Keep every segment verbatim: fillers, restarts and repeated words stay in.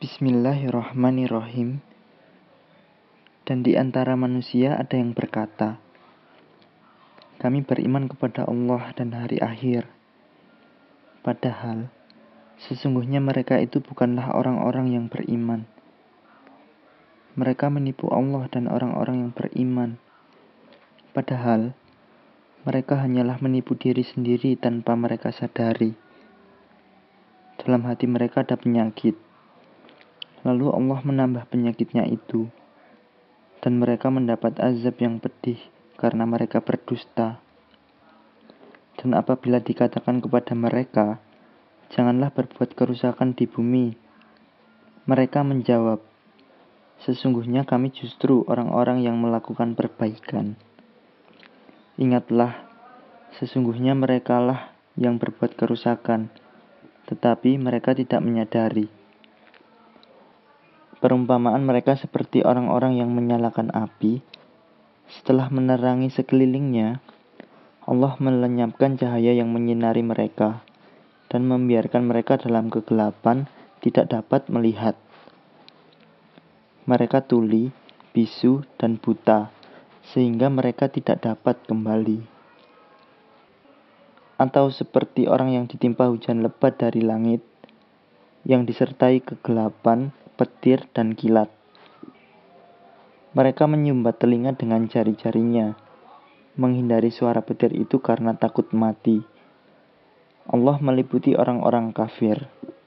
Bismillahirrahmanirrahim. Dan di antara manusia ada yang berkata, kami beriman kepada Allah dan hari akhir. Padahal, sesungguhnya mereka itu bukanlah orang-orang yang beriman. Mereka menipu Allah dan orang-orang yang beriman. Padahal, mereka hanyalah menipu diri sendiri tanpa mereka sadari. Dalam hati mereka ada penyakit. Lalu Allah menambah penyakitnya itu. Dan mereka mendapat azab yang pedih karena mereka berdusta. Dan apabila dikatakan kepada mereka, janganlah berbuat kerusakan di bumi, mereka menjawab, sesungguhnya kami justru orang-orang yang melakukan perbaikan. Ingatlah, sesungguhnya merekalah yang berbuat kerusakan, tetapi mereka tidak menyadari. Perumpamaan mereka seperti orang-orang yang menyalakan api. Setelah menerangi sekelilingnya, Allah melenyapkan cahaya yang menyinari mereka dan membiarkan mereka dalam kegelapan tidak dapat melihat. Mereka tuli, bisu, dan buta, sehingga mereka tidak dapat kembali. Atau seperti orang yang ditimpa hujan lebat dari langit, yang disertai kegelapan, petir, dan kilat. Mereka menyumbat telinga dengan jari-jarinya, menghindari suara petir itu karena takut mati. Allah meliputi orang-orang kafir.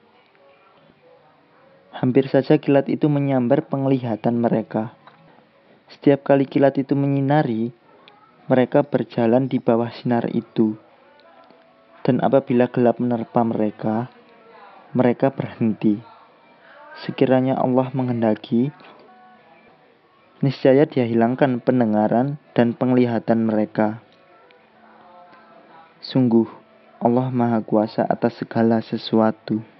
Hampir saja kilat itu menyambar penglihatan mereka. Setiap kali kilat itu menyinari, mereka berjalan di bawah sinar itu. Dan apabila gelap menerpa mereka, mereka berhenti. Sekiranya Allah menghendaki, niscaya Dia hilangkan pendengaran dan penglihatan mereka. Sungguh, Allah Maha Kuasa atas segala sesuatu.